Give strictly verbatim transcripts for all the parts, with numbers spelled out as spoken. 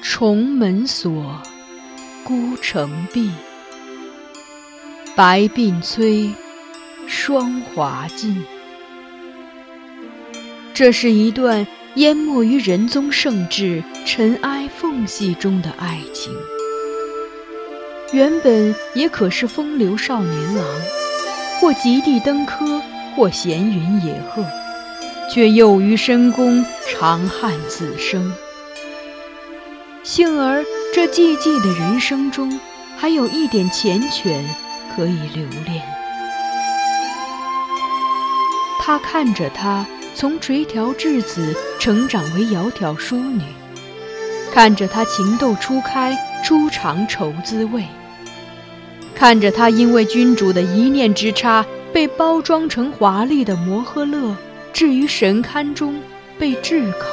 重门锁，孤城闭。白鬓催，霜华尽。这是一段淹没于仁宗圣治尘埃缝隙中的爱情。原本也可是风流少年郎，或极地登科，或闲云野鹤，却又于深宫长叹此生。幸而这寂寂的人生中，还有一点缱绻可以留恋。他看着她从垂髫稚子成长为窈窕淑女，看着她情窦初开，初尝愁滋味，看着她因为君主的一念之差，被包装成华丽的摩诃勒，置于神龛中被炙烤。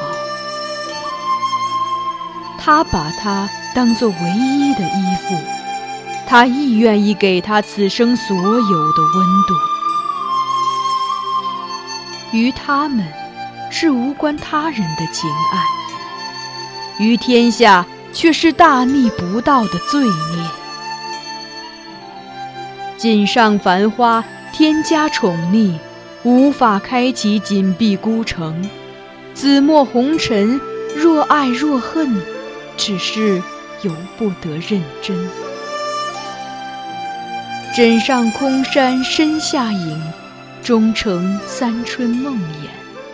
他把她当作唯一的依附，他亦愿意给她此生所有的温度。于他们是无关他人的情爱，于天下却是大逆不道的罪孽。锦上繁花，天加宠溺，无法开启紧闭孤城。紫陌红尘，若爱若恨，只是由不得认真。枕上空山深下影，终成三春梦魇。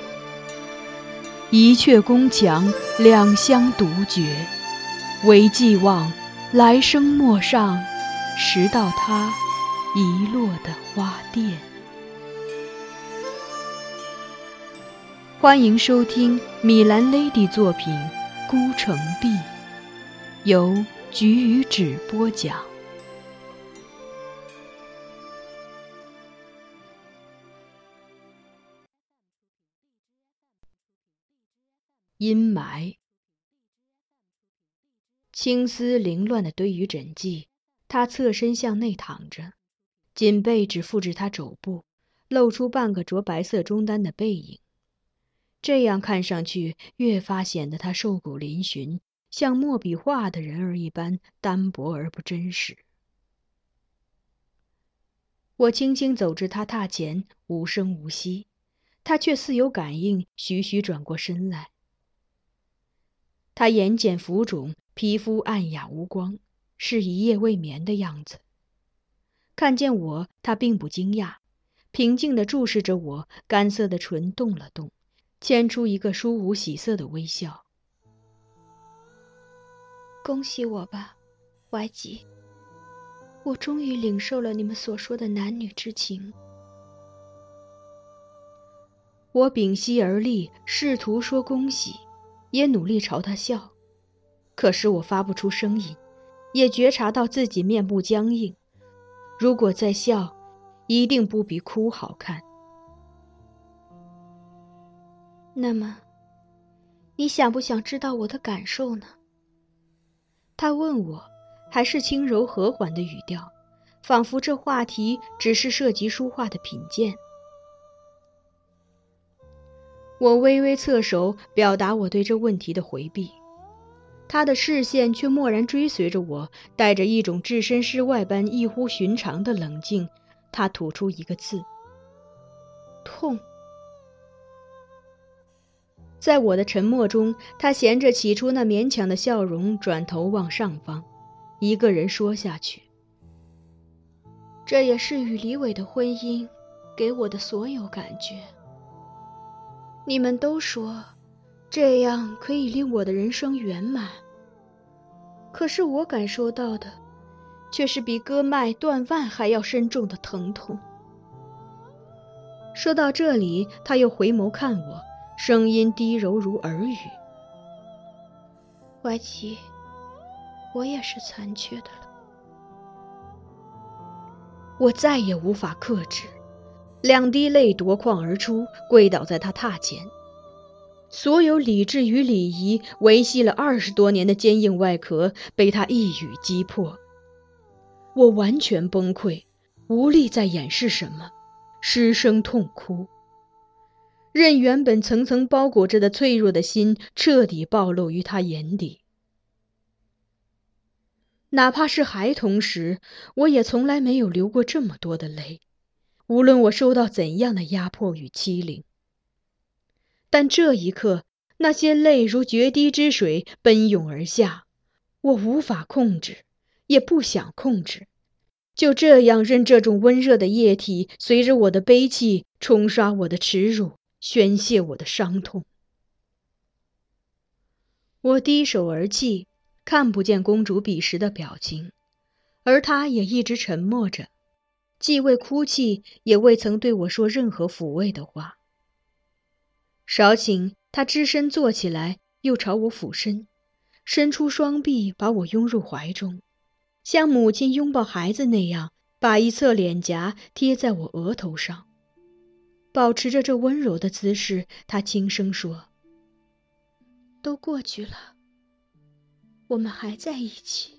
一阙宫墙，两相独绝，唯寄望来生陌上拾到他遗落的花钿。欢迎收听米兰 Lady 作品《孤城闭》，由菊与纸播讲。阴霾，青丝凌乱地堆于枕际，他侧身向内躺着，锦被只覆至他肘部，露出半个着白色中单的背影。这样看上去，越发显得他瘦骨嶙峋，像墨笔画的人儿一般单薄而不真实。我轻轻走至他榻前，无声无息，他却似有感应，徐徐转过身来。他眼睑浮肿，皮肤暗哑无光，是一夜未眠的样子。看见我，他并不惊讶，平静地注视着我，干涩的唇动了动，牵出一个舒无喜色的微笑。 恭喜我吧，怀吉，我终于领受了你们所说的男女之情。 我屏息而立，试图说恭喜，也努力朝他笑，可是我发不出声音，也觉察到自己面部僵硬。如果再笑，一定不比哭好看。 那么，你想不想知道我的感受呢？ 他问我，还是轻柔和缓的语调，仿佛这话题只是涉及书画的品鉴。我微微侧手，表达我对这问题的回避。他的视线却默然追随着我，带着一种置身事外般异乎寻常的冷静。他吐出一个字：痛。在我的沉默中，他衔着起初那勉强的笑容，转头望上方，一个人说下去： 这也是与李伟的婚姻给我的所有感觉。你们都说这样可以令我的人生圆满，可是我感受到的却是比割脉断腕还要深重的疼痛。说到这里，他又回眸看我，声音低柔如耳语： 怀吉，我也是残缺的了。 我再也无法克制，两滴泪夺眶而出，跪倒在他榻前。所有理智与礼仪维系了二十多年的坚硬外壳被他一语击破。我完全崩溃，无力再掩饰什么，失声痛哭，任原本层层包裹着的脆弱的心彻底暴露于他眼底。 哪怕是孩童时，我也从来没有流过这么多的泪，无论我受到怎样的压迫与欺凌。但这一刻，那些泪如决堤之水奔涌而下，我无法控制，也不想控制，就这样任这种温热的液体随着我的悲泣冲刷我的耻辱，宣泄我的伤痛。我低手而泣，看不见公主彼时的表情，而她也一直沉默着，既未哭泣，也未曾对我说任何抚慰的话。少顷，她只身坐起来，又朝我俯身，伸出双臂把我拥入怀中，像母亲拥抱孩子那样，把一侧脸颊贴在我额头上。保持着这温柔的姿势，她轻声说： 都过去了，我们还在一起。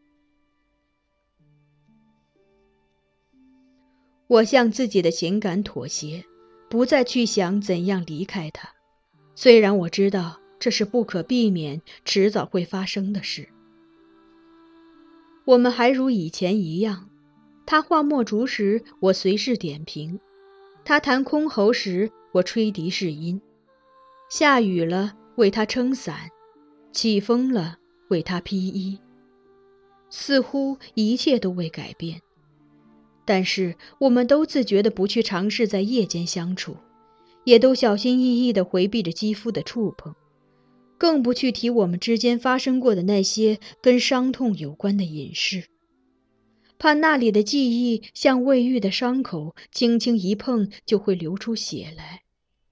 我向自己的情感妥协，不再去想怎样离开他，虽然我知道这是不可避免，迟早会发生的事。我们还如以前一样，他画墨竹时，我随侍点评；他弹箜篌时，我吹笛试音；下雨了，为他撑伞；起风了，为他披衣。似乎一切都未改变。但是我们都自觉地不去尝试在夜间相处，也都小心翼翼地回避着肌肤的触碰，更不去提我们之间发生过的那些跟伤痛有关的隐事，怕那里的记忆像未愈的伤口，轻轻一碰就会流出血来。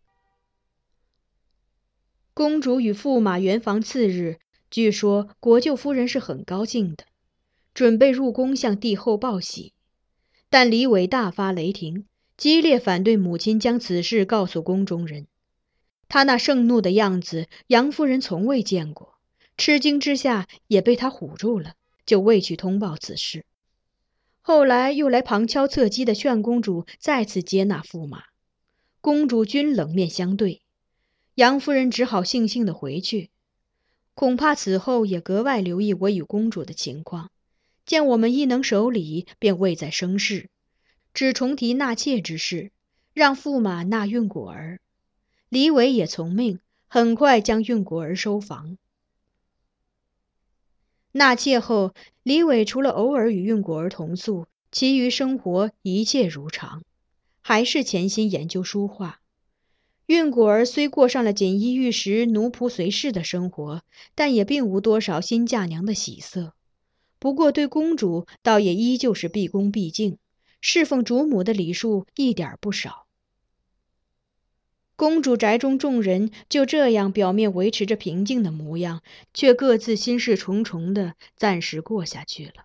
公主与驸马圆房次日，据说国舅夫人是很高兴的，准备入宫向帝后报喜。但李伟大发雷霆，激烈反对母亲将此事告诉宫中人。他那盛怒的样子，杨夫人从未见过，吃惊之下也被他唬住了，就未去通报此事。后来又来旁敲侧击的劝公主再次接纳驸马，公主均冷面相对，杨夫人只好悻悻地回去。恐怕此后也格外留意我与公主的情况，见我们亦能守礼，便未再生事，只重提纳妾之事，让驸马纳运果儿。李伟也从命，很快将运果儿收房。纳妾后，李伟除了偶尔与运果儿同宿，其余生活一切如常，还是潜心研究书画。运果儿虽过上了锦衣玉食、奴仆随侍的生活，但也并无多少新嫁娘的喜色。不过对公主倒也依旧是毕恭毕敬，侍奉主母的礼数一点不少。公主宅中众人就这样表面维持着平静的模样，却各自心事重重的暂时过下去了。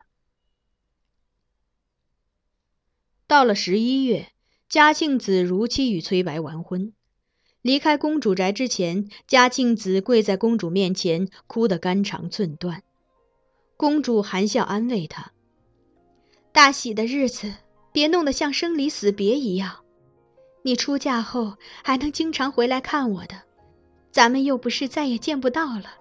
到了十一月，嘉庆子如期与崔白完婚。离开公主宅之前，嘉庆子跪在公主面前，哭得肝肠寸断。公主含笑安慰她：大喜的日子别弄得像生离死别一样，你出嫁后还能经常回来看我的，咱们又不是再也见不到了。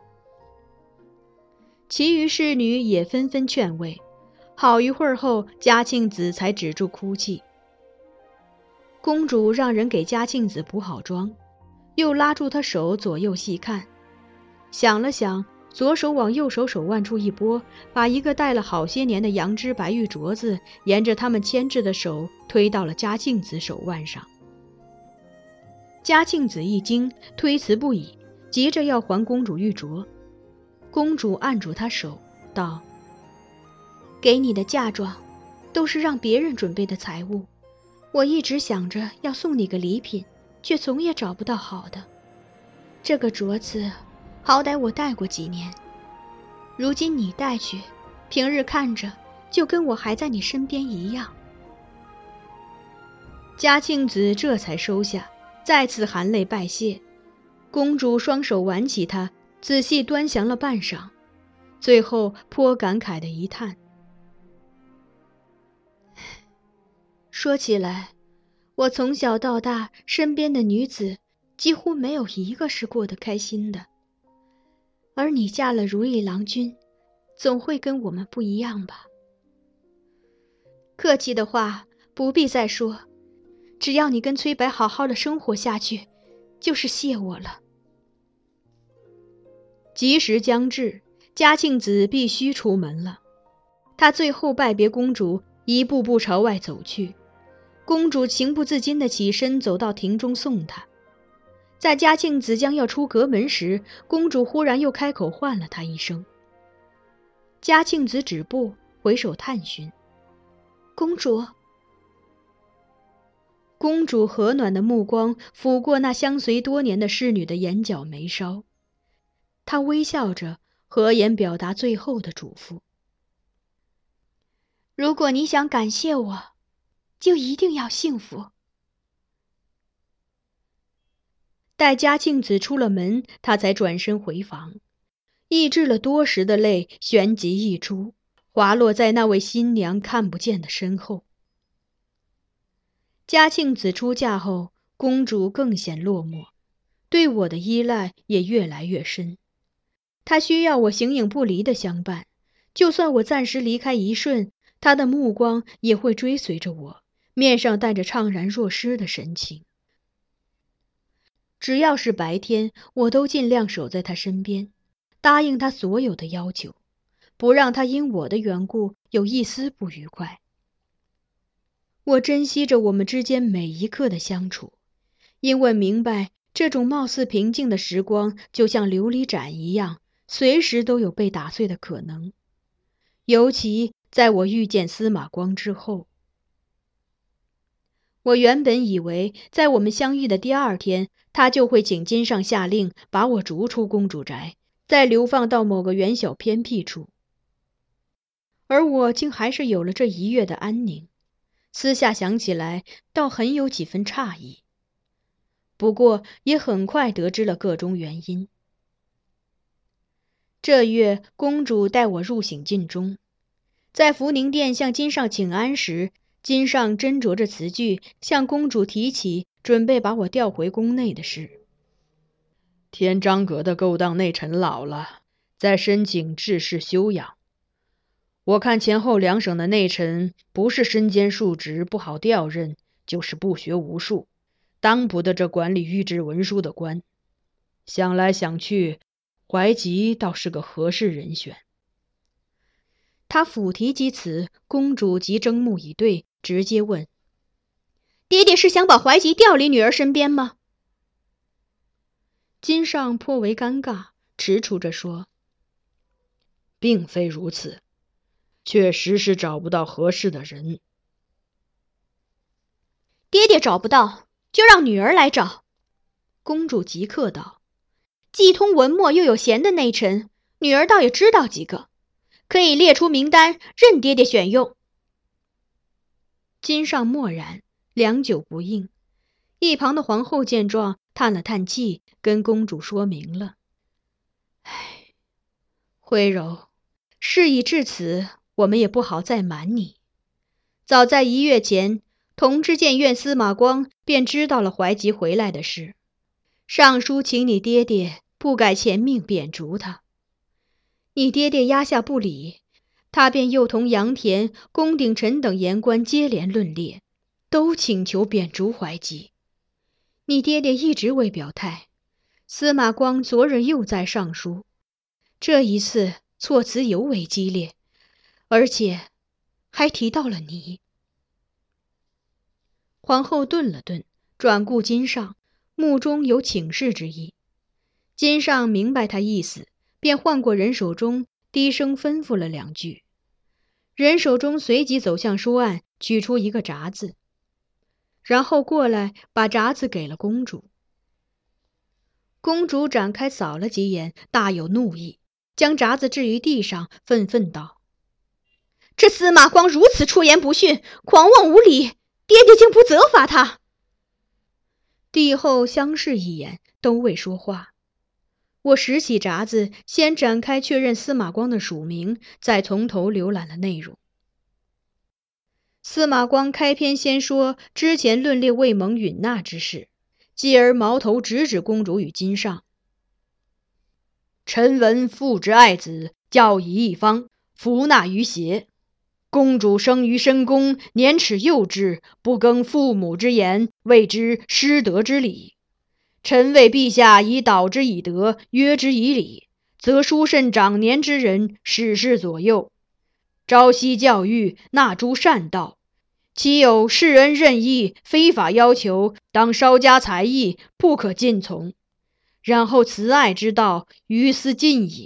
其余侍女也纷纷劝慰，好一会儿后，嘉庆子才止住哭泣。公主让人给嘉庆子补好妆，又拉住她手左右细看，想了想，左手往右手手腕处一拨，把一个戴了好些年的羊脂白玉镯子沿着他们牵制的手推到了嘉庆子手腕上。嘉庆子一惊，推辞不已，急着要还公主玉镯。公主按住她手道：给你的嫁妆都是让别人准备的财物，我一直想着要送你个礼品，却总也找不到好的。这个镯子好歹我戴过几年，如今你戴去，平日看着就跟我还在你身边一样。嘉庆子这才收下，再次含泪拜谢。公主双手挽起他，仔细端详了半晌，最后颇感慨的一叹：说起来，我从小到大身边的女子几乎没有一个是过得开心的，而你嫁了如意郎君， 总会跟我们不一样吧。客气的话不必再说，只要你跟崔白好好的生活下去，就是谢我了。 吉时将至，嘉庆子必须出门了。他最后拜别公主，一步步朝外走去。公主情不自禁地起身走到庭中送他。在嘉庆子将要出阁门时，公主忽然又开口唤了他一声。嘉庆子止步，回首探寻。 公主。 公主和暖的目光抚过那相随多年的侍女的眼角眉梢，她微笑着和颜表达最后的嘱咐。 如果你想感谢我，就一定要幸福。 待嘉庆子出了门，他才转身回房，抑制了多时的泪旋即溢出，滑落在那位新娘看不见的身后。嘉庆子出嫁后，公主更显落寞，对我的依赖也越来越深。她需要我形影不离的相伴，就算我暂时离开一瞬，她的目光也会追随着我，面上带着怅然若失的神情。只要是白天，我都尽量守在她身边，答应她所有的要求，不让她因我的缘故有一丝不愉快。我珍惜着我们之间每一刻的相处，因为明白这种貌似平静的时光就像琉璃盏一样，随时都有被打碎的可能。尤其在我遇见司马光之后，我原本以为在我们相遇的第二天，他就会请金上下令把我逐出公主宅，再流放到某个远小偏僻处。而我竟还是有了这一月的安宁，私下想起来倒很有几分诧异，不过也很快得知了个中原因。这月公主带我入省尽中，在福宁殿向金上请安时，金上斟酌着词句，向公主提起准备把我调回宫内的事。天章阁的勾当内臣老了，在申请致仕休养。我看前后两省的内臣，不是身兼数职不好调任，就是不学无术，当不得这管理御制文书的官。想来想去，怀吉倒是个合适人选。他甫提及此，公主即睁目以对，直接问： 爹爹是想把怀吉调离女儿身边吗？ 金上颇为尴尬，踟蹰着说：并非如此，确实是找不到合适的人。 爹爹找不到，就让女儿来找。 公主即刻道： 既通文墨又有闲的内臣，女儿倒也知道几个，可以列出名单，任爹爹选用。 金上默然，良久不应。一旁的皇后见状，叹了叹气，跟公主说明了。唉，徽柔，事已至此，我们也不好再瞒你。早在一月前，同知谏院司马光便知道了怀吉回来的事，上书请你爹爹不改前命贬逐他。你爹爹压下不理，他便又同杨田、龚鼎臣等言官接连论列，都请求贬逐怀吉。你爹爹一直未表态，司马光昨日又在上书，这一次措辞尤为激烈，而且还提到了你。皇后顿了顿，转顾金上，目中有请示之意。金上明白他意思，便唤过人手中，低声吩咐了两句。人手中随即走向书案，取出一个札子，然后过来把札子给了公主。公主展开扫了几眼，大有怒意，将札子置于地上，愤愤道： 这司马光如此出言不逊，狂妄无礼，爹爹竟不责罚他。 帝后相视一眼，都未说话。我拾起札子，先展开确认司马光的署名，再从头浏览了内容。司马光开篇先说之前论列未蒙允纳之事，继而矛头直指公主与金上。臣闻父之爱子， 教以一方，服纳于邪。公主生于深宫，年齿幼稚，不更父母之言，谓之失德之礼。臣为陛下以导之以德，约之以礼，则殊甚长年之人，始事左右，朝夕教育，纳诸善道。其有世恩任意，非法要求，当稍加才艺，不可尽从。然后慈爱之道，于斯尽矣。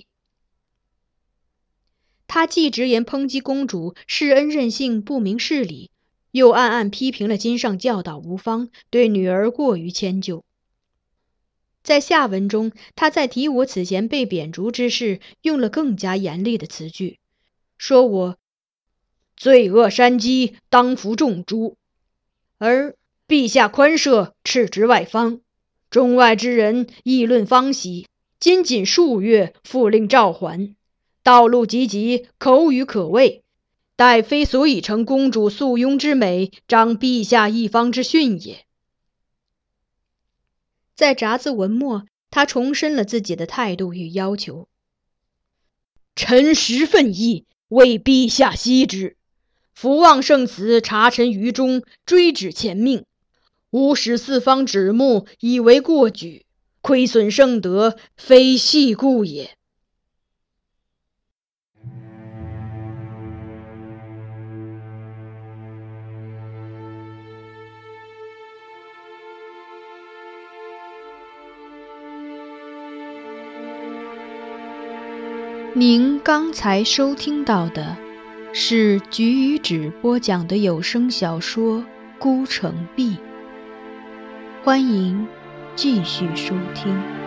他既直言抨击公主世恩任性，不明事理，又暗暗批评了金上教导无方，对女儿过于迁就。在下文中，他在提我此前被贬逐之事，用了更加严厉的词句，说我罪恶山积，当服重诛，而陛下宽赦，斥之外方。中外之人议论方息，今仅数月，复令召还。道路急急，口语可畏，待非所以成公主素庸之美，彰陛下一方之训也。在札子文末，他重申了自己的态度与要求。臣十分意，为陛下息之。福望圣慈，察臣于中，追旨前命，吾使四方指目，以为过举，亏损圣德，非细故也。 您刚才收听到的是菊与纸播讲的有声小说《孤城闭》，欢迎继续收听。